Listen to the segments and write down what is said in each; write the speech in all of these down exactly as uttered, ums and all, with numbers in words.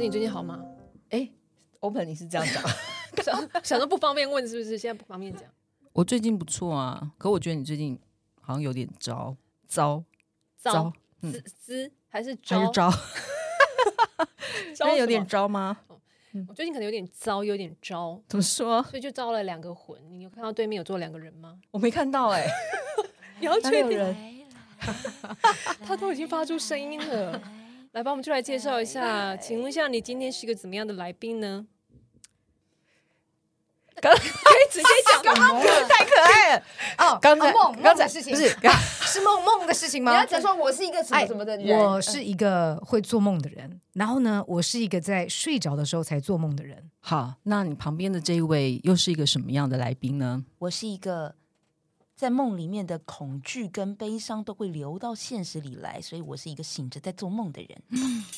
你最近好吗？ 哎 ，Open 你是这样讲， 想想说不方便问是不是？现在不方便讲。 我最近不错啊，可我觉得你最近好像有点糟糟糟嗯滋滋还是糟？ 还是糟？ 糟因为有点什么糟吗？ 我最近可能有点糟，有点糟， 怎么说？ 所以就招了两个魂。你有看到对面有坐两个人吗？ 我没看到哎、欸， 你要确定？ 人他都已经发出声音了。来吧，我们就来介绍一下。请问一下，你今天是个怎么样的来宾呢？ 刚可以直接讲刚刚太可爱了哦， 刚才梦刚才梦的事情不是是梦梦的事情吗？ 你要讲说我是一个什么哎什么的人， 我是一个会做梦的人，然后呢，我是一个在睡着的时候才做梦的人。 好，那你旁边的这一位又是一个什么样的来宾呢？ 我是一个在梦里面的恐惧跟悲伤都会流到现实里来，所以我是一个醒着在做梦的人。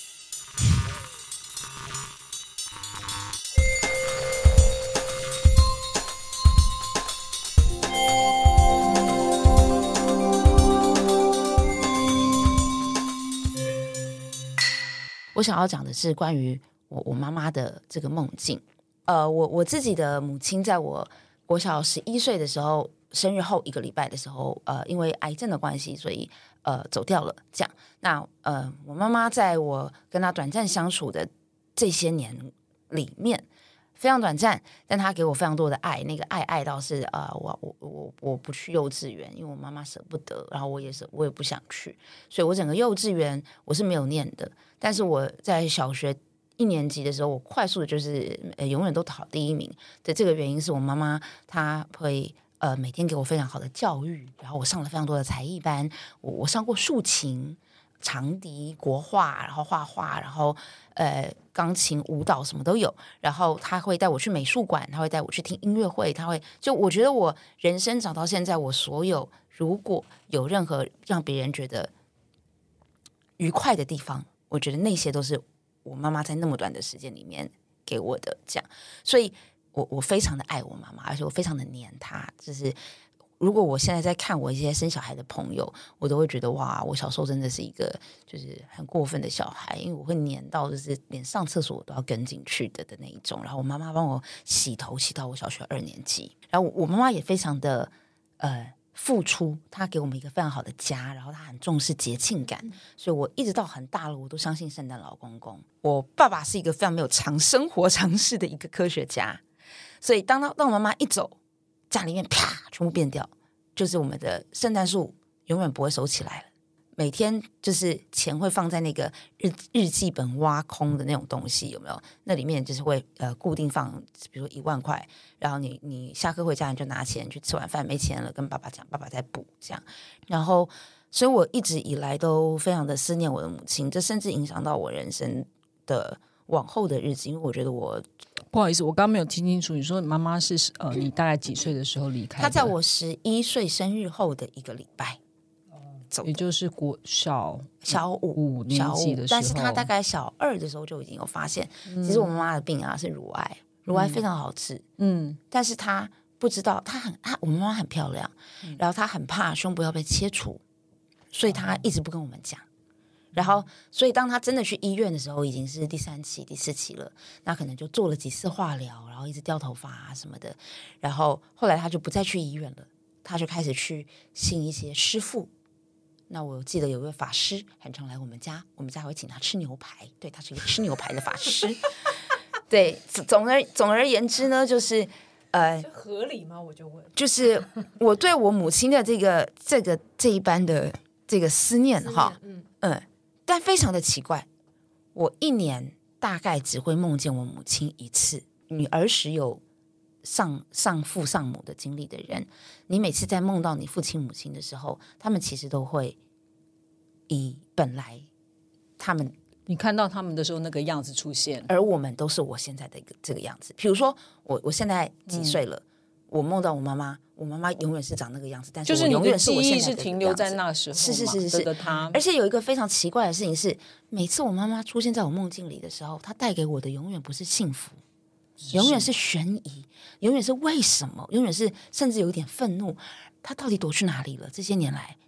我想要讲的是关于我我妈妈的这个梦境。呃，我我自己的母亲在我国小十一岁的时候，生日后一个礼拜的时候，呃，因为癌症的关系，所以呃走掉了。这样，那呃，我妈妈在我跟她短暂相处的这些年里面，非常短暂，但她给我非常多的爱，那个爱爱到是呃，我我我我不去幼稚园，因为我妈妈舍不得，然后我也是我也不想去，所以我整个幼稚园我是没有念的。但是我在小学一年级的时候，我快速的就是、呃、永远都考第一名的。这个原因是我妈妈她会呃每天给我非常好的教育，然后我上了非常多的才艺班，我我上过竖琴、长笛、国画，然后画画，然后呃钢琴、舞蹈什么都有。然后她会带我去美术馆，她会带我去听音乐会，她会就我觉得我人生长到现在，我所有如果有任何让别人觉得愉快的地方，我觉得那些都是我妈妈在那么短的时间里面给我的，这样，所以我我非常的爱我妈妈，而且我非常的黏她。就是如果我现在在看我一些生小孩的朋友，我都会觉得哇，我小时候真的是一个就是很过分的小孩，因为我会黏到就是连上厕所我都要跟进去的的那一种。然后我妈妈帮我洗头洗到我小学二年级，然后我妈妈也非常的呃。付出，他给我们一个非常好的家，然后他很重视节庆感，所以我一直到很大了，我都相信圣诞老公公。我爸爸是一个非常没有长生活常识的一个科学家，所以当他当我妈妈一走，家里面啪全部变掉，就是我们的圣诞树永远不会收起来了。每天就是钱会放在那个日日记本挖空的那种东西，有没有？那里面就是会呃固定放，比如说一万块，然后你你下课回家你就拿钱去吃晚饭，没钱了跟爸爸讲，爸爸再补这样。然后，所以我一直以来都非常的思念我的母亲，这甚至影响到我人生的往后的日子，因为我觉得我不好意思，我刚刚没有听清楚，你说妈妈是呃你大概几岁的时候离开的？ 她在我十一岁生日后的一个礼拜。 也就是国小小五五年级的时候， 但是他大概小二的时候就已经有发现，嗯、其实我妈妈的病啊是乳癌，乳癌非常好治，嗯，但是他不知道，他很他我妈妈很漂亮，嗯、然后他很怕胸部要被切除，所以他一直不跟我们讲。然后，所以当他真的去医院的时候，已经是第三期、第四期了。那可能就做了几次化疗，然后一直掉头发啊什么的。然后后来他就不再去医院了，他就开始去信一些师父。那我记得有一位法师很常来我们家，我们家还会请他吃牛排，对，他是一个吃牛排的法师。对，总而总而言之呢，就是呃， 合理吗？我就问， 就是我对我母亲的这个这个这一般的这个思念哈，嗯嗯，但非常的奇怪，我一年大概只会梦见我母亲一次。你儿时有丧丧父丧母的经历的人，你每次在梦到你父亲母亲的时候，他们其实都会以本来他们你看到他们的时候那个样子出现， 而我们都是我现在的一个这个样子。比如说我我现在几岁了，嗯、我梦到我妈妈，我妈妈永远是长那个样子，但是我永远是我现在的就是你的记忆是停留在那时候， 是是是是是的他。 而且有一个非常奇怪的事情是，每次我妈妈出现在我梦境里的时候，她带给我的永远不是幸福。永远是悬疑，永远是为什么，永远是甚至有一点愤怒，他到底躲去哪里了？这些年来，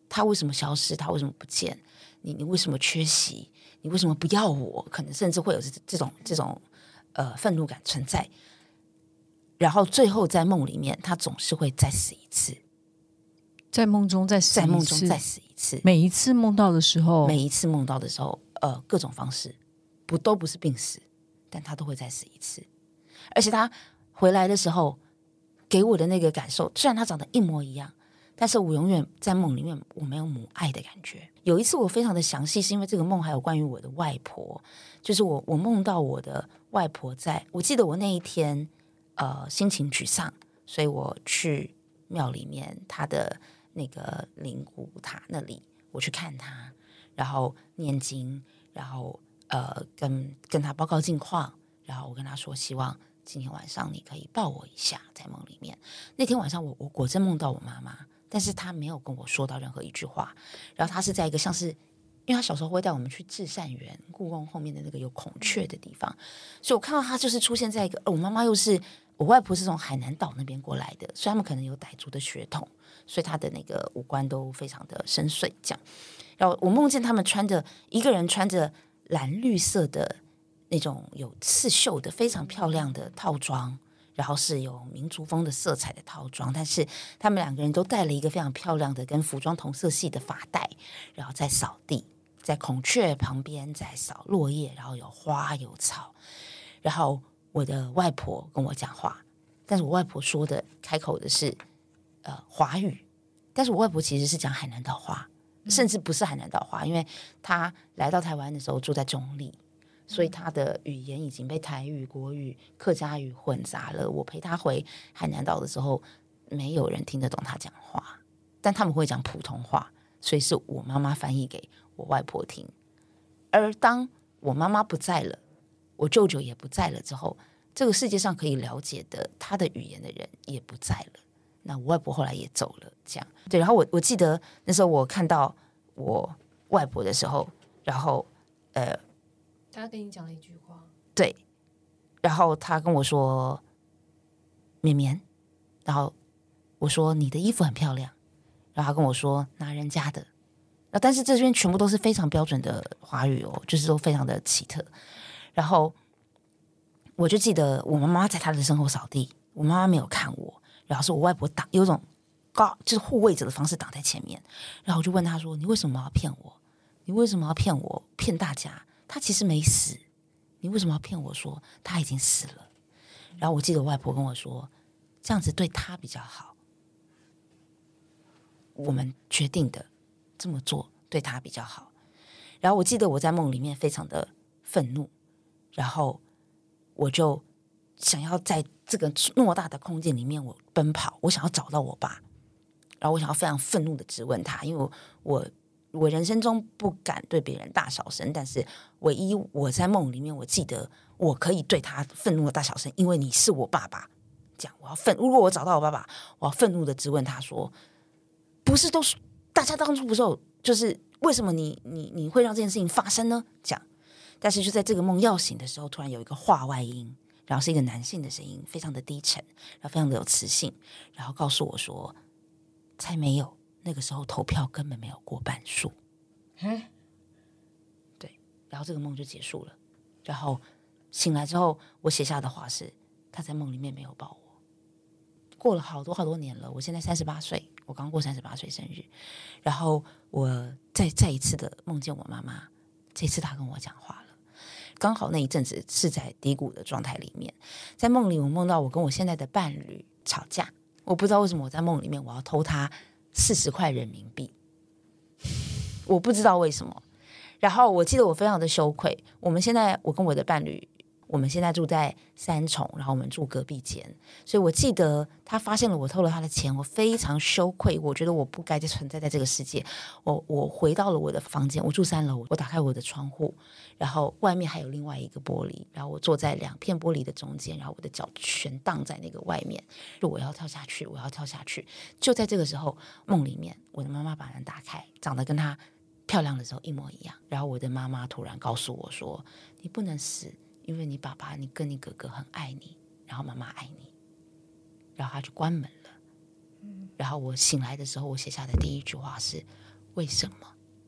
他为什么消失，他为什么不见，你你为什么缺席，你为什么不要我，可能甚至会有这这种这种呃愤怒感存在。然后最后在梦里面，他总是会再死一次， 在梦中再死一次， 在梦中再死一次。 每一次梦到的时候， 每一次梦到的时候，呃，各种方式不都不是病死，但他都会再死一次。而且他回来的时候给我的那个感受，虽然他长得一模一样，但是我永远在梦里面我没有母爱的感觉。有一次我非常的详细，是因为这个梦还有关于我的外婆，就是我我梦到我的外婆在，我记得我那一天呃心情沮丧，所以我去庙里面她的那个灵骨塔那里，我去看她，然后念经，然后呃跟跟她报告近况，然后我跟她说希望今天晚上你可以抱我一下，在梦里面。那天晚上我我果真梦到我妈妈，但是她没有跟我说到任何一句话。然后她是在一个像是，因为她小时候会带我们去至善园故宫后面的那个有孔雀的地方，所以我看到她就是出现在一个，我妈妈又是我外婆是从海南岛那边过来的，所以他们可能有傣族的血统，所以她的那个五官都非常的深邃这样。然后我梦见他们穿着一个人穿着蓝绿色的那种有刺绣的非常漂亮的套装，然后是有民族风的色彩的套装，但是他们两个人都戴了一个非常漂亮的跟服装同色系的发带，然后在扫地，在孔雀旁边在扫落叶，然后有花有草。然后我的外婆跟我讲话，但是我外婆说的开口的是呃华语，但是我外婆其实是讲海南岛话，甚至不是海南岛话，因为她来到台湾的时候住在中立，所以他的语言已经被台语、国语、客家语混杂了。我陪他回海南岛的时候，没有人听得懂他讲话，但他们会讲普通话，所以是我妈妈翻译给我外婆听。而当我妈妈不在了，我舅舅也不在了之后，这个世界上可以了解的他的语言的人也不在了。那我外婆后来也走了，这样对。然后我我记得那时候我看到我外婆的时候，然后呃。 他跟你讲了一句话， 对，然后他跟我说绵绵，然后我说你的衣服很漂亮，然后他跟我说拿人家的，但是这边全部都是非常标准的华语哦，就是都非常的奇特。然后我就记得我妈妈在她的身后扫地，我妈妈没有看我，然后是我外婆挡，有种高就是护卫者的方式挡在前面，然后我就问她说你为什么要骗我？你为什么要骗我？骗大家？他其实没死，你为什么要骗我说他已经死了？然后我记得我外婆跟我说，这样子对他比较好，我们决定的这么做对他比较好。然后我记得我在梦里面非常的愤怒，然后我就想要在这个偌大的空间里面我奔跑，我想要找到我爸，然后我想要非常愤怒的质问他，因为我我我人生中不敢对别人大小声，但是唯一我在梦里面我记得我可以对他愤怒的大小声，因为你是我爸爸。这样我要愤，如果我找到我爸爸，我要愤怒的质问他说，不是都是大家当初不是有，就是为什么你你你会让这件事情发生呢？这样，但是就在这个梦要醒的时候，突然有一个话外音，然后是一个男性的声音，非常的低沉，然后非常的有磁性，然后告诉我说，才没有，那个时候投票根本没有过半数。对，然后这个梦就结束了。然后醒来之后，我写下的话是，他在梦里面没有抱我。过了好多好多年了，我现在三十八岁，我刚过三十八岁生日，然后我再再一次的梦见我妈妈，这次她跟我讲话了。刚好那一阵子是在低谷的状态里面，在梦里我梦到我跟我现在的伴侣吵架，我不知道为什么我在梦里面我要偷他四十块人民币，我不知道为什么。然后我记得我非常的羞愧，我们现在我跟我的伴侣，我们现在住在三重，然后我们住隔壁间，所以我记得他发现了我偷了他的钱，我非常羞愧，我觉得我不该再存在在这个世界。我我回到了我的房间，我住三楼，我打开我的窗户，然后外面还有另外一个玻璃，然后我坐在两片玻璃的中间，然后我的脚全荡在那个外面，就我要跳下去，我要跳下去。就在这个时候，梦里面我的妈妈把门打开，长得跟她漂亮的时候一模一样，然后我的妈妈突然告诉我说，你不能死，因为你爸爸你跟你哥哥很爱你，然后妈妈爱你，然后他就关门了。然后我醒来的时候，我写下的第一句话是， 为什么？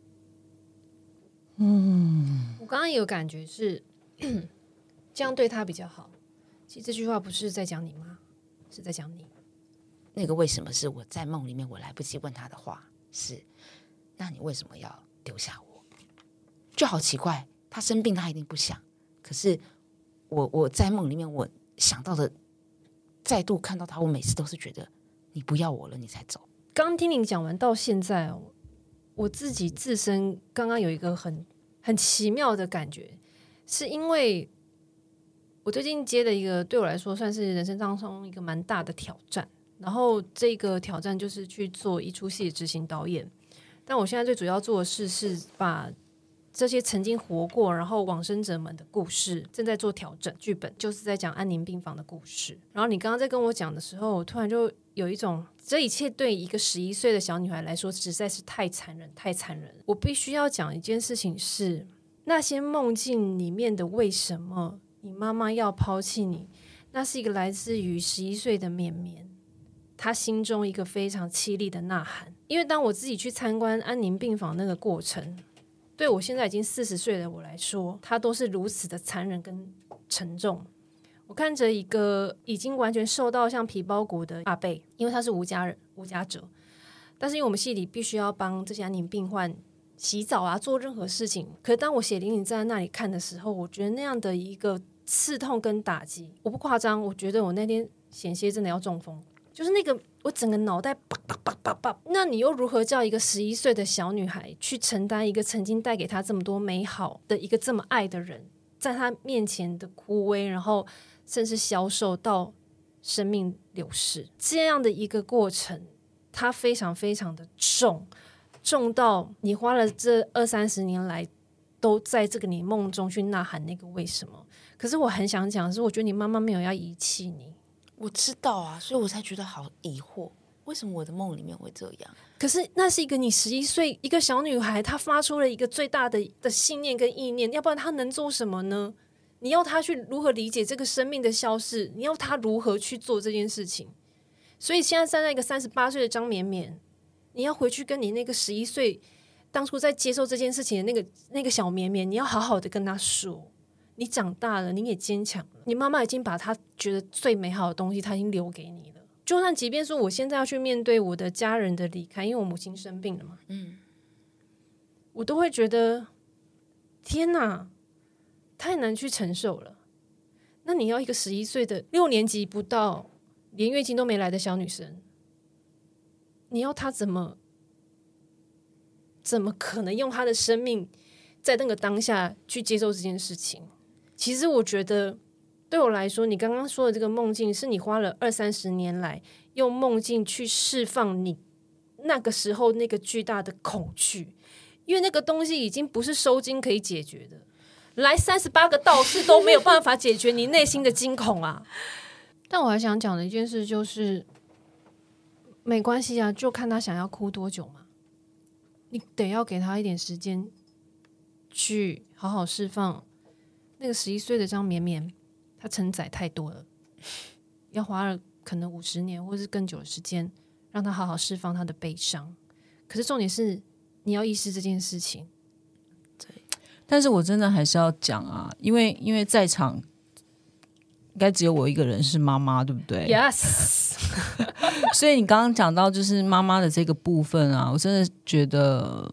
嗯， 我刚刚也有感觉是这样对他比较好。其实这句话不是在讲你妈，是在讲你。 那个为什么是我在梦里面我来不及问他的话，是那你为什么要丢下我？就好奇怪，他生病他一定不想，可是我我在梦里面我想到的，再度看到他，我每次都是觉得你不要我了你才走。 刚听你讲完到现在哦，我自己自身刚刚有一个很很奇妙的感觉，是因为我最近接的一个对我来说算是人生当中一个蛮大的挑战，然后这个挑战就是去做一出戏的执行导演。但我现在最主要做的事是把这些曾经活过然后往生者们的故事正在做调整，剧本就是在讲安宁病房的故事。然后你刚刚在跟我讲的时候，我突然就有一种这一切对一个十一岁的小女孩来说实在是太残忍太残忍了。我必须要讲一件事情是，那些梦境里面的为什么你妈妈要抛弃你，那是一个来自于十一岁的绵绵她心中一个非常凄厉的呐喊。因为当我自己去参观安宁病房那个过程，对我现在已经四十岁的我来说，它都是如此的残忍跟沉重。我看着一个已经完全瘦到像皮包骨的阿伯，因为他是无家人无家者，但是因为我们戏里必须要帮这些安宁病患洗澡啊，做任何事情。可是当我血淋淋站在那里看的时候，我觉得那样的一个刺痛跟打击，我不夸张，我觉得我那天险些真的要中风，就是那个我整个脑袋啪啪啪啪啪。那你又如何叫一个十一岁的小女孩去承担一个曾经带给她这么多美好的一个这么爱的人，在她面前的枯萎，然后甚至消瘦到生命流逝，这样的一个过程，它非常非常的重，重到你花了这二三十年来都在这个你梦中去呐喊那个为什么。可是我很想讲的是，我觉得你妈妈没有要遗弃你。 我知道啊，所以我才觉得好疑惑，为什么我的梦里面会这样？ 可是那是一个你十一岁一个小女孩，她发出了一个最大的的信念跟意念，要不然她能做什么呢？你要她去如何理解这个生命的消逝？你要她如何去做这件事情？所以现在站在一个三十八岁的张绵绵，你要回去跟你那个十一岁当初在接受这件事情的那个那个小绵绵，你要好好的跟她说，你长大了，你也坚强了，你妈妈已经把她觉得最美好的东西，她已经留给你了。就算即便说我现在要去面对我的家人的离开，因为我母亲生病了嘛， 嗯， 我都会觉得天哪，太难去承受了。那你要一个十一岁的六年级不到，连月经都没来的小女生，你要她怎么怎么可能用她的生命在那个当下去接受这件事情？其实我觉得对我来说，你刚刚说的这个梦境是你花了二三十年来用梦境去释放你那个时候那个巨大的恐惧，因为那个东西已经不是收金可以解决的，来三十八个道士都没有办法解决你内心的惊恐啊。但我还想讲的一件事就是，没关系啊，就看他想要哭多久嘛，你得要给他一点时间去好好释放。那个十一岁的张绵绵，他承载太多了，要花了可能五十年或是更久的时间，让他好好释放他的悲伤。可是重点是，你要意识这件事情。 对，但是我真的还是要讲啊，因为因为在场应该只有我一个人是妈妈，对不对 ？Yes 所以你刚刚讲到就是妈妈的这个部分啊，我真的觉得，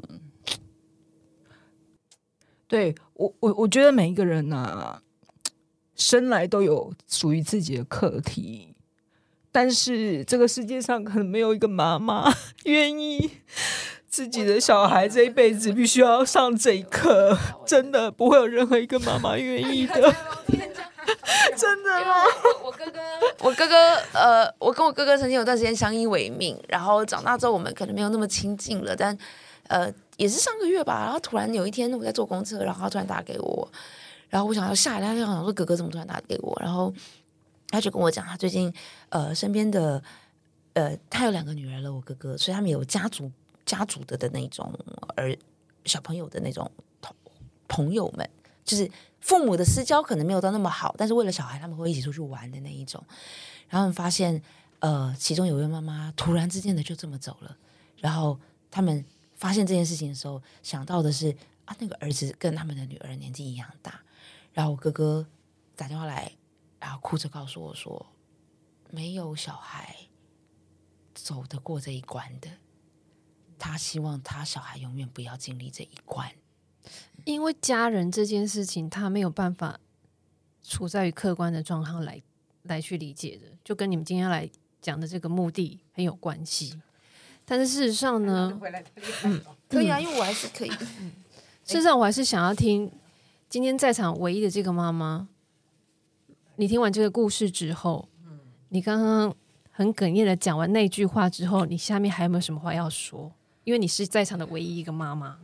对我我我觉得每一个人啊，生来都有属于自己的课题，但是这个世界上可能没有一个妈妈愿意自己的小孩这一辈子必须要上这一课，真的不会有任何一个妈妈愿意的。真的吗？ 我哥哥，我哥哥，呃，我跟我哥哥曾经有段时间相依为命，然后长大之后我们可能没有那么亲近了，但呃，也是上个月吧，然后突然有一天我在坐公车，然后他突然打给我，然后我想要下来，他就想说哥哥怎么突然打给我，然后他就跟我讲他最近呃身边的呃他有两个女儿了，我哥哥，所以他们有家族家族的的那种儿小朋友的那种朋友们，就是父母的私交可能没有到那么好，但是为了小孩他们会一起出去玩的那一种。然后他们发现呃其中有位妈妈突然之间的就这么走了，然后他们发现这件事情的时候，想到的是啊，那个儿子跟他们的女儿年纪一样大，然后我哥哥打电话来，然后哭着告诉我说，没有小孩走得过这一关的，他希望他小孩永远不要经历这一关。 因为家人这件事情，他没有办法处在于客观的状况来来去理解的，就跟你们今天来讲的这个目的很有关系。但是事实上呢， 嗯，可以啊，因为我还是可以。 事实上，我还是想要听今天在场唯一的这个妈妈，你听完这个故事之后，你刚刚很哽咽的讲完那句话之后，你下面还有没有什么话要说？因为你是在场的唯一一个妈妈。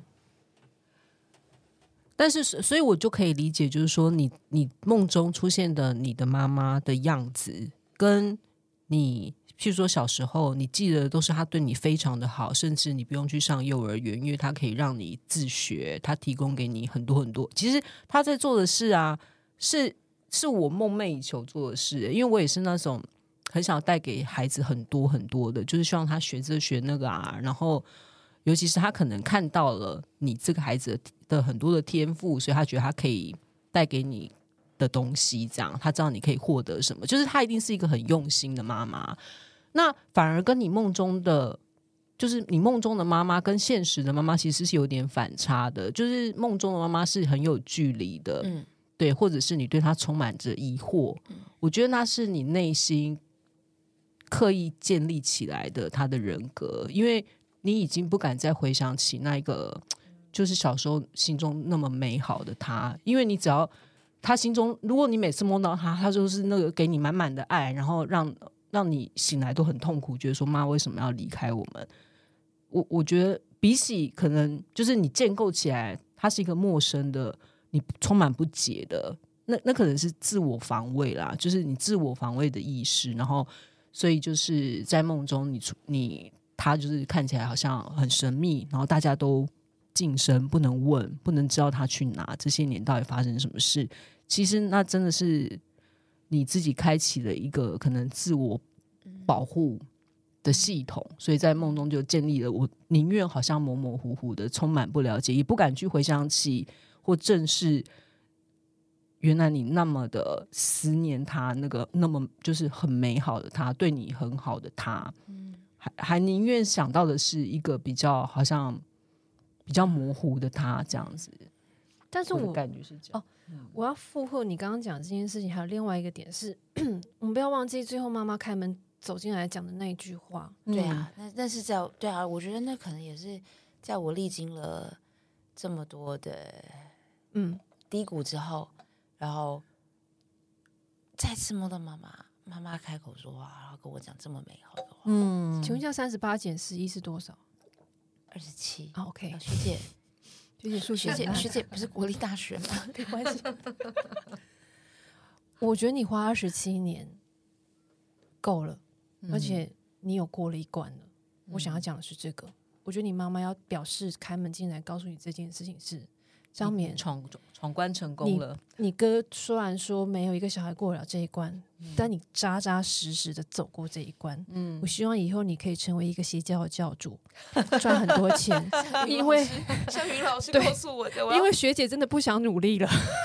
但是，所以我就可以理解，就是说你，你梦中出现的你的妈妈的样子，跟你，譬如说小时候，你记得都是她对你非常的好，甚至你不用去上幼儿园，因为她可以让你自学，她提供给你很多很多。其实她在做的事啊，是是我梦寐以求做的事，因为我也是那种很想带给孩子很多很多的，就是希望他学这学那个啊，然后。尤其是他可能看到了你这个孩子的很多的天赋，所以他觉得他可以带给你的东西，这样他知道你可以获得什么，就是他一定是一个很用心的妈妈。那反而跟你梦中的，就是你梦中的妈妈跟现实的妈妈其实是有点反差的，就是梦中的妈妈是很有距离的，嗯，对，或者是你对她充满着疑惑，嗯，我觉得那是你内心刻意建立起来的她的人格，因为你已经不敢再回想起那一个就是小时候心中那么美好的他，因为你只要他心中，如果你每次梦到他，他就是那个给你满满的爱，然后让让你醒来都很痛苦，觉得说妈为什么要离开我们。我我觉得比起可能就是你建构起来他是一个陌生的，你充满不解的，那那可能是自我防卫啦，就是你自我防卫的意识，然后所以就是在梦中你你他就是看起来好像很神秘，然后大家都晋升，不能问，不能知道他去哪，这些年到底发生什么事。其实那真的是你自己开启了一个可能自我保护的系统，所以在梦中就建立了我宁愿好像模模糊糊的，充满不了解，也不敢去回想起或正视原来你那么的思念他，那个那么就是很美好的他，对你很好的他，嗯，还还宁愿想到的是一个比较好像比较模糊的他这样子。 但是 我, 我的感觉是这样。 哦，我要附和你刚刚讲这件事情，还有另外一个点是，我们不要忘记最后妈妈开门走进来讲的那一句话。 对啊，那但是在对啊，我觉得那可能也是在我历经了这么多的嗯低谷之后，然后再次梦到妈妈，妈妈开口说话，然后跟我讲这么美好的话。 嗯，请问一下，三十八减十一是多少？ 二十七。 哦 OK， 学姐。 学姐数学， 学姐学姐不是国立大学吗？没关系。 我觉得你花二十七年够了，嗯，而且你有过了一关了。嗯，我想要讲的是这个，我觉得你妈妈要表示开门进来告诉你这件事情是张冕闯闯关成功了。 你, 你哥虽然说没有一个小孩过了这一关，嗯，但你扎扎实实的走过这一关。嗯，我希望以后你可以成为一个邪教的教主，赚很多钱。因为像于老师告诉我的， 因为学姐真的不想努力了。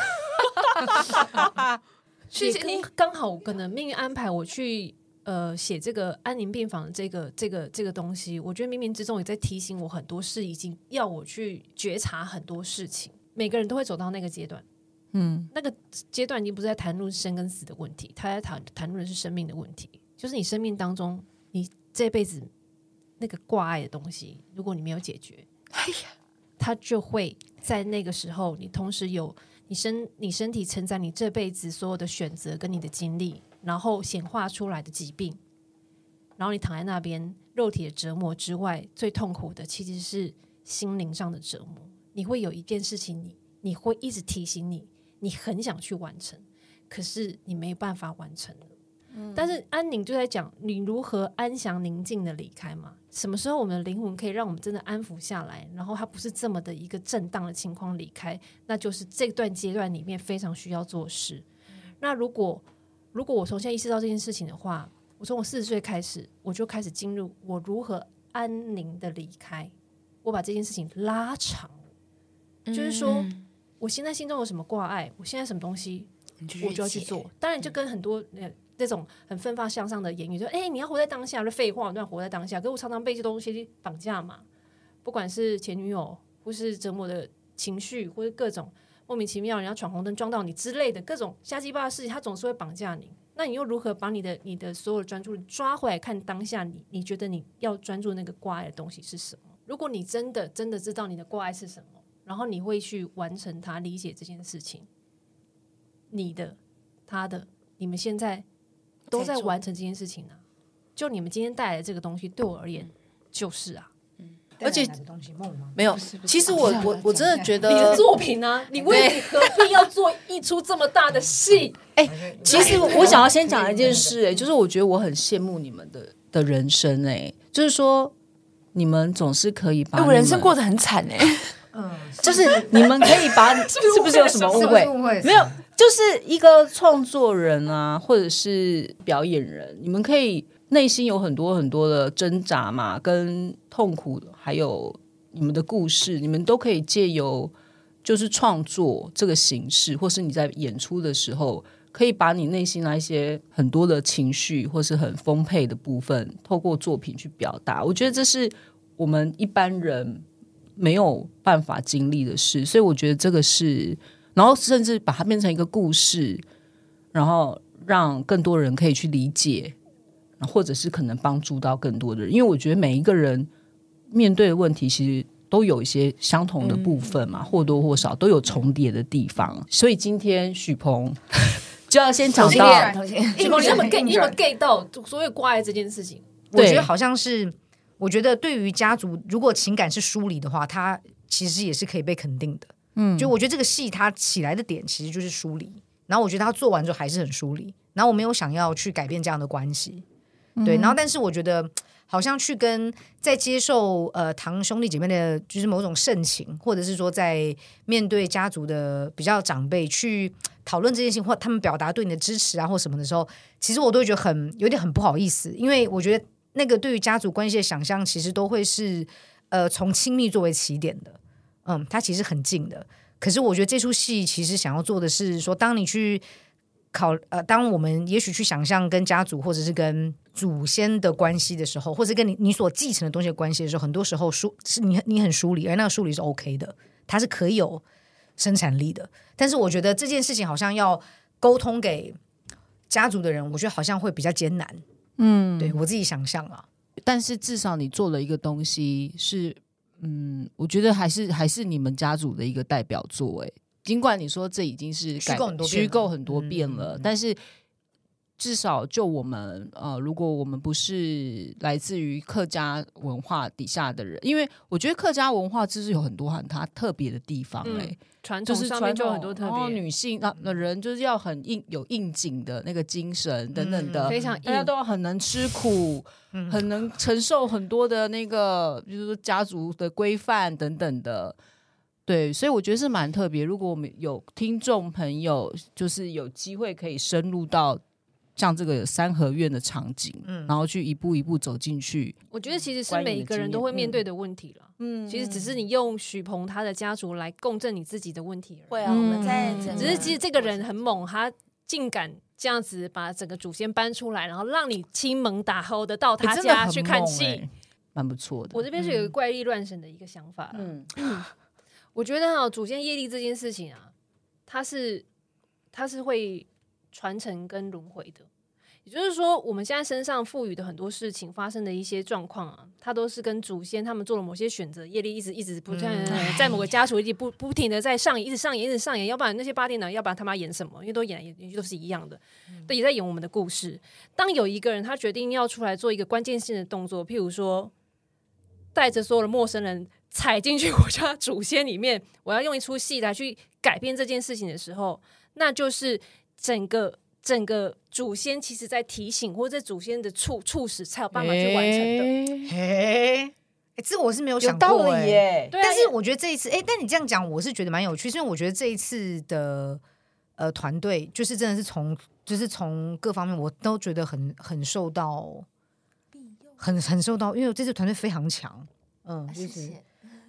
学姐你刚好可能命运安排我去呃写这个安宁病房的这个这个这个东西，我觉得冥冥之中也在提醒我很多事，已经要我去觉察很多事情。每个人都会走到那个阶段，嗯，那个阶段已经不是在谈论生跟死的问题，他在谈谈论的是生命的问题，就是你生命当中你这辈子那个挂碍的东西，如果你没有解决，哎呀，他就会在那个时候，你同时有你身你身体承载你这辈子所有的选择跟你的经历，然后显化出来的疾病，然后你躺在那边，肉体的折磨之外，最痛苦的其实是心灵上的折磨。你会有一件事情你，你会一直提醒你，你很想去完成，可是你没办法完成了。嗯，但是安宁就在讲你如何安详宁静的离开嘛。什么时候我们的灵魂可以让我们真的安抚下来，然后它不是这么的一个震荡的情况离开，那就是这段阶段里面非常需要做事。嗯，那如果如果我从现在意识到这件事情的话，我从我四十岁开始，我就开始进入我如何安宁的离开。 我把这件事情拉长，就是说、嗯、我现在心中有什么挂碍，我现在什么东西我就要去做。当然就跟很多、呃、这种很奋发向上的言语说，哎、欸，你要活在当下，就废话，我要活在当下。可是我常常被这东西绑架嘛，不管是前女友或是折磨的情绪，或是各种莫名其妙人家闯红灯撞到你之类的各种瞎鸡巴的事情，他总是会绑架你。那你又如何把你的你的所有的专注力抓回来，看当下你你觉得你要专注那个挂碍的东西是什么？如果你真的真的知道你的挂碍是什么，然后你会去完成它，理解这件事情，你的他的你们现在都在完成这件事情啊。就你们今天带来的这个东西对我而言就是啊， 而且没有，其实我我我真的觉得你的作品啊，你为你何必要做一出这么大的戏？ 哎、欸，其实我想要先讲一件事、欸，哎，就是我觉得我很羡慕你们的的人生、欸，哎，就是说你们总是可以把我人生过得很惨哎、欸， 嗯，就是你们可以把是不是有什么误会？没有，就是一个创作人啊，或者是表演人，你们可以。内心有很多很多的挣扎嘛，跟痛苦，还有你们的故事，你们都可以借由就是创作这个形式，或是你在演出的时候，可以把你内心那一些很多的情绪，或是很丰沛的部分，透过作品去表达。我觉得这是我们一般人没有办法经历的事，所以我觉得这个是，然后甚至把它变成一个故事，然后让更多人可以去理解。或者是可能帮助到更多的人，因为我觉得每一个人面对的问题其实都有一些相同的部分嘛、嗯、或多或少都有重叠的地方，所以今天许鹏就要先讲到许鹏你有没有 get, 你有没有 get 到所有挂碍这件事情？ 我觉得好像是，我觉得对于家族如果情感是梳理的话，它其实也是可以被肯定的。嗯，就我觉得这个戏它起来的点其实就是梳理，然后我觉得它做完之后还是很梳理，然后我没有想要去改变这样的关系。对，然后但是我觉得好像去跟在接受呃堂兄弟姐妹的就是某种盛情，或者是说在面对家族的比较长辈去讨论这件事情，或他们表达对你的支持啊或什么的时候，其实我都会觉得很有点很不好意思，因为我觉得那个对于家族关系的想象其实都会是呃从亲密作为起点的，嗯，它其实很近的。可是我觉得这出戏其实想要做的是说，当你去考呃，当我们也许去想象跟家族或者是跟祖先的关系的时候，或者跟你你所继承的东西的关系的时候，很多时候梳是你你很梳理，而那个梳理是 OK 的，它是可以有生产力的。但是我觉得这件事情好像要沟通给家族的人，我觉得好像会比较艰难。嗯，对我自己想象啊。 但是至少你做了一个东西是，嗯，我觉得还是还是你们家族的一个代表作哎。尽管你说这已经是虚构很多虚构很多遍了、嗯、但是至少就我们呃，如果我们不是来自于客家文化底下的人，因为我觉得客家文化就是有很多很它特别的地方嘞、欸， 传统上面就有很多特别， 然后女性的人就是要很应有应景的那个精神等等的， 嗯、非常大家都要很能吃苦，嗯、很能承受很多的那个，比如说家族的规范等等的。对，所以我觉得是蛮特别。如果我们有听众朋友，就是有机会可以深入到像这个三合院的场景，嗯，然后去一步一步走进去， 我觉得其实是每一个人都会面对的问题了。嗯，其实只是你用许鹏他的家族来共振你自己的问题而已。 会啊，我们在嗯、只是其实这个人很猛，他竟敢这样子把整个祖先搬出来，然后让你亲门打后的到他家去看戏，欸、 蛮不错的。 我这边是有一个怪力乱神的一个想法，嗯。我觉得啊，祖先业力这件事情啊，它是它是会传承跟轮回的。也就是说，我们现在身上赋予的很多事情发生的一些状况啊，它都是跟祖先他们做了某些选择，业力一直一直不断、嗯、在某个家族一直不不停的在上演，一直上演，一直上演。要不然那些八点档，要不然他妈演什么？因为都演演都是一样的，嗯、对，也在演我们的故事。当有一个人他决定要出来做一个关键性的动作，譬如说带着所有的陌生人踩进去我家祖先里面，我要用一出戏来去改变这件事情的时候，那就是整个整个祖先其实在提醒，或者祖先的促促使才有办法去完成的。 嘿、欸，这个我是没有想过、欸、 有道理耶。 对，但是我觉得这一次，哎、欸，但你这样讲，我是觉得蛮有趣，因为我觉得这一次的呃团队，就是真的是从就是从各方面，我都觉得很很受到，很很受到，因为这次团队非常强。嗯，就是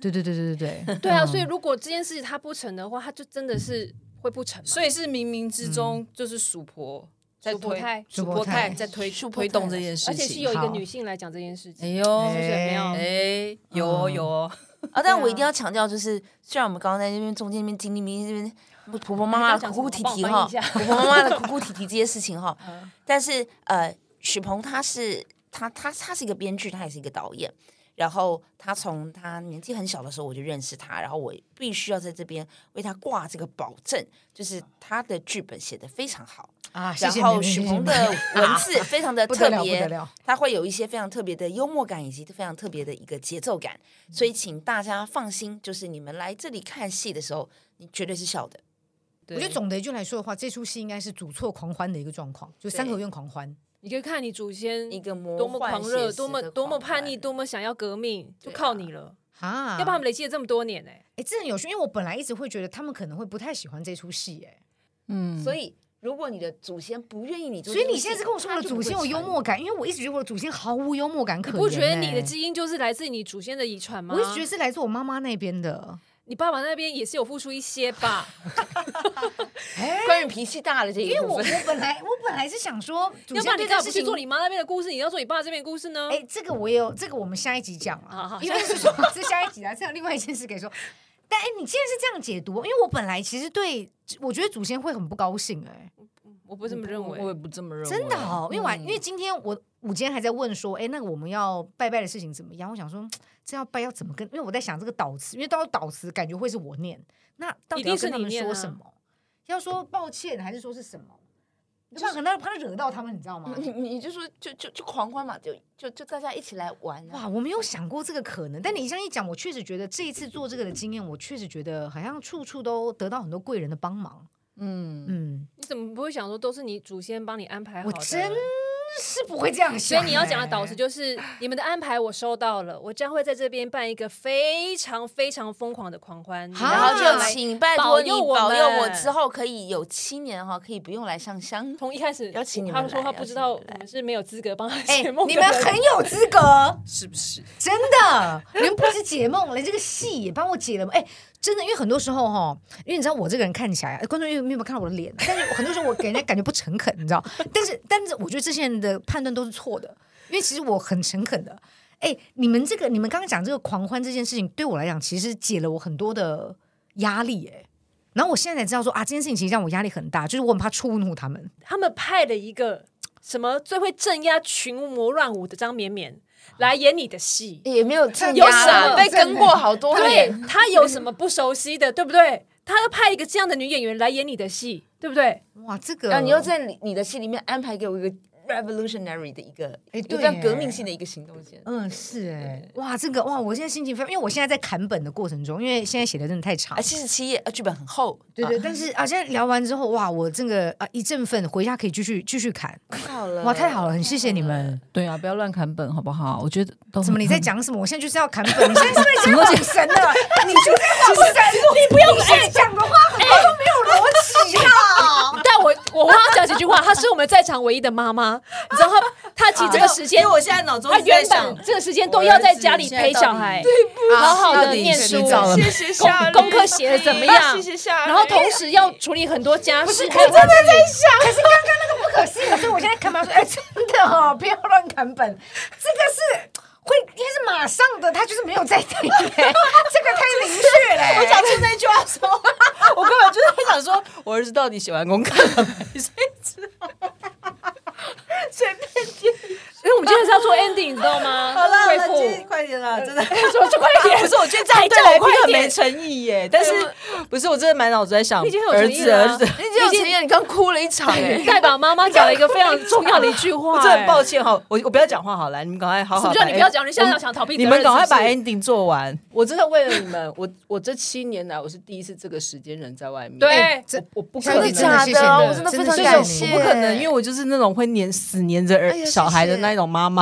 对对对对对对对啊，所以如果这件事情他不成的话，他就真的是会不成嘛。 所以是冥冥之中就是属婆在推， 属婆胎属婆胎在推推动这件事情， 而且是由一个女性来讲这件事情。 哎呦， 是不是很妙？ 哎，有哦有哦。 啊！但我一定要强调，就是虽然我们刚刚在那边中间那边经历这边婆婆妈妈的哭哭啼啼哈，婆婆妈妈的哭哭啼啼这些事情哈，但是呃，许鹏他是他他他是一个编剧，他也是一个导演。然后他从他年纪很小的时候我就认识他，然后我必须要在这边为他挂这个保证，就是他的剧本写得非常好啊。 然后许鹏的文字非常的特别，他会有一些非常特别的幽默感，以及非常特别的一个节奏感，所以请大家放心，就是你们来这里看戏的时候，你绝对是笑的。 我觉得总的一句来说的话，这出戏应该是主错狂欢的一个状况，就三合院狂欢。 你可以看你祖先一个多么狂热，多么多么叛逆，多么想要革命，就靠你了啊！要不然他们累积了这么多年呢、欸？ 哎，这很有趣，因为我本来一直会觉得他们可能会不太喜欢这出戏，哎， 嗯，所以如果你的祖先不愿意你做， 所以你现在是跟我说我的祖先有幽默感，因为我一直觉得我的祖先毫无幽默感可言、欸。 你不觉得你的基因就是来自你祖先的遗传吗？ 我一直觉得是来自我妈妈那边的。 你爸爸那边也是有付出一些吧？ 关于脾气大的这一部分， 因为我我本来我本来是想说， 要不然你干嘛不去做你妈那边的故事，你要做你爸这边的故事呢？ 哎，这个我也有，这个我们下一集讲啊，因为是说是下一集啊，这样另外一件事可以说。但哎，你既然是这样解读，因为我本来其实对我觉得祖先会很不高兴哎、欸， 我不这么认为， 我也不这么认为， 真的哦，因为我、嗯、因为今天我午间还在问说，哎，那个我们要拜拜的事情怎么样？我想说这要拜要怎么跟，因为我在想这个祷词，因为到祷词感觉会是我念，那到底要跟他们说什么？啊、要说抱歉还是说是什么？就是可能怕惹到他们，你知道吗？ 你你就说就就就狂欢嘛，就就就大家一起来玩、啊。 哇，我没有想过这个可能，但你这样一讲，我确实觉得这一次做这个的经验，我确实觉得好像处处都得到很多贵人的帮忙。嗯嗯，你怎么不会想说都是你祖先帮你安排好的？ 我真是不会这样想、欸。 所以你要讲的导词就是你们的安排我收到了，我将会在这边办一个非常非常疯狂的狂欢， 然后就请拜托你保佑我之后可以有七年哈，可以不用来上香。 从一开始邀请你们， 他们说他不知道我们是没有资格帮他解梦、 欸，你们很有资格， 是不是？ 真的，你们不是解梦，连这个戏也帮我解了。哎、欸，真的，因为很多时候哈，因为你知道我这个人看起来，观众有没有看到我的脸？但是很多时候我给人家感觉不诚恳，你知道？但是，但是我觉得这些人的判断都是错的，因为其实我很诚恳的。哎、欸，你们这个，你们刚刚讲这个狂欢这件事情，对我来讲，其实解了我很多的压力、欸。哎，然后我现在才知道说啊，这件事情其实让我压力很大，就是我很怕触怒他们。 他们派了一个什么最会镇压群魔乱舞的张绵绵来演你的戏， 也没有镇压啦，被跟过好多年。对，他有什么不熟悉的，对不对？他要派一个这样的女演员来演你的戏，对不对？ 哇，这个， 然后你又在你的戏里面安排给我一个 revolutionary 的一个，哎，对，非常革命性的一个行动线。 嗯，是哎，哇，这个哇，我现在心情非常，因为我现在在砍本的过程中，因为现在写的真的太长， 啊，七十七页，啊，剧本很厚， 对对。但是啊，现在聊完之后，哇，我这个啊一振奋，回家可以继续继续砍。 好了， 哇，太好了，很谢谢你们。 对啊，不要乱砍本，好不好？我觉得都怎么你在讲什么？我现在就是要砍本，你现在是不是讲女神了？你就在讲神，你不要哎讲的话很多都没有逻辑啊。 但我我帮他讲几句话，她是我们在场唯一的妈妈，你知道她。他其实这个时间， 因为我现在脑中他原本这个时间都要在家里陪小孩，好好的念书， 谢谢夏功课写的怎么样？ 谢谢夏然后同时要处理很多家事。 我真的在想，可是刚刚那个不可思议，所以我现在看嘛说，哎，真的哦，不要乱砍本，这个是。会应该是马上的，他就是没有在听，这个太明确了。 我讲出那句话的时候，我根本就是在想说，我儿子到底写完功课了没？所以之后随便接。 因为我们今天是要做 ending， 你知道吗？ 好了，好了，快点啦！真的， 说就快点。 不是，我觉得这样对来宾很没诚意耶。但是不是，我真的满脑子在想，儿子，儿子， 你已经有诚意，你刚哭了一场哎， 代表妈妈讲了一个非常重要的一句话。 我真的很抱歉哈，我我不要讲话好了，你们赶快好好。 什么叫你不要讲？你现在要想逃避责任， 你们赶快把 ending 做完。我真的为了你们，我我这七年来，我是第一次这个时间人在外面。 对， 这我不可能真的假的，我真的非常感谢。 我不可能，因为我就是那种会黏死黏着儿小孩的那种妈妈。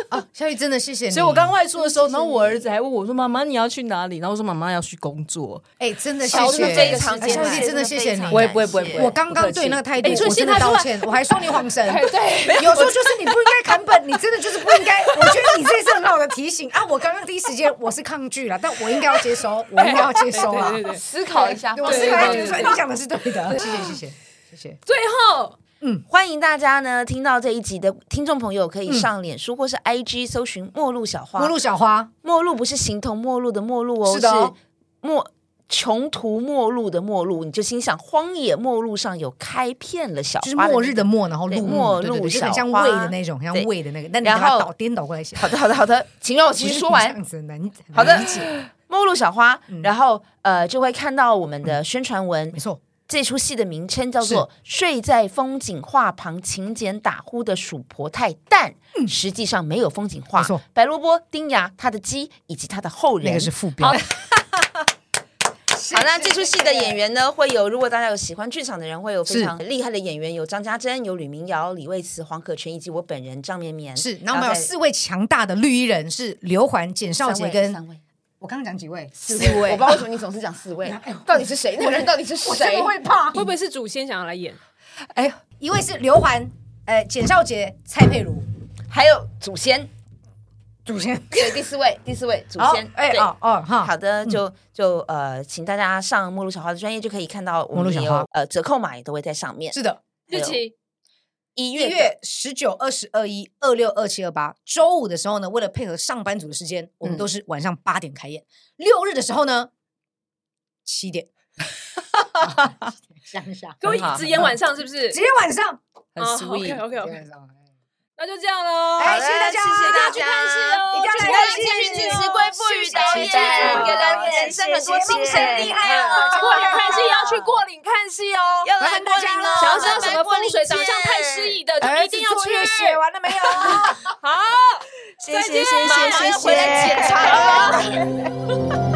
啊，小雨真的谢谢你。 所以我刚外出的时候，然后我儿子还问我说：“妈妈，你要去哪里？”然后我说：“妈妈要去工作。” 哎，真的谢小谢， 非常哎小雨真的谢谢你。 不会不会不会不会我刚刚对那个态度， 哎我真的道歉，我还说你晃神。 对， 有时候就是你不应该砍本，你真的就是不应该。我觉得你这是很好的提醒啊！我刚刚第一时间我是抗拒了，但我应该要接收，我应该要接收了。 对对对， 思考一下， 我是来觉得说你讲的是对的，谢谢谢谢谢谢。 最后欢迎大家呢听到这一集的听众朋友可以上脸书或是 I G 搜寻末路小花。 末路小花， 末路不是形同陌路的陌路哦， 是的哦末穷途末路的末路，你就心想荒野末路上有开遍了小花， 就是末日的末，然后路对末路对对对就很像小花胃的那种，很像对胃的那个，但你然后把它倒颠倒过来写。 好的好的好的，请让我继续说这完。 样子很难好的很理解末路小花，然后呃就会看到我们的宣传文， 没错， 这出戏的名称叫做《睡在风景画旁勤俭打呼的鼠婆太》，但实际上没有风景画没错， 白萝卜、丁牙、他的鸡以及他的后人， 那个是副标。 好，那这出戏的演员呢，会有如果大家有喜欢剧场的人，会有非常厉害的演员，有张家珍、有吕明瑶、李卫慈、黄可全以及我本人张绵绵。 是，然后我们有四位强大的绿衣人，是刘环、简少杰跟三位。 我刚刚讲几位？ 四位，我不知道为什么你总是讲四位，到底是谁？那个人到底是谁？ 我真的会怕。 会不会是祖先想要来演？ 哎，一位是刘环，呃，简少杰、蔡佩如， 还有祖先， 祖先。 对，第四位，第四位祖先。 哎哦哦哈， 好的，就就呃，请大家上末路小花的专业就可以看到，我们也有呃折扣码也都会在上面。 是的， 日期一一月月十九、二十二、一、二六、二七、二八，周五的时候呢，为了配合上班族的时间，我们都是晚上八点开演。六日的时候呢，七点。想一下， 各位只演晚上是不是？ 直接晚上， 很 sweet。 OK OK OK，那就这样喽。 哎，谢谢大家， 谢谢大家去看戏哦， 一定要请来看大家继续戏支持贵妇与导演，给了人生很多精神力量。 过岭看戏也要去过岭看戏哦。 要来过岭了， 想要知道什么风水长相太失意的，就一定要去。 写完了没有？ 好， 谢谢谢谢谢谢，回来检查哦。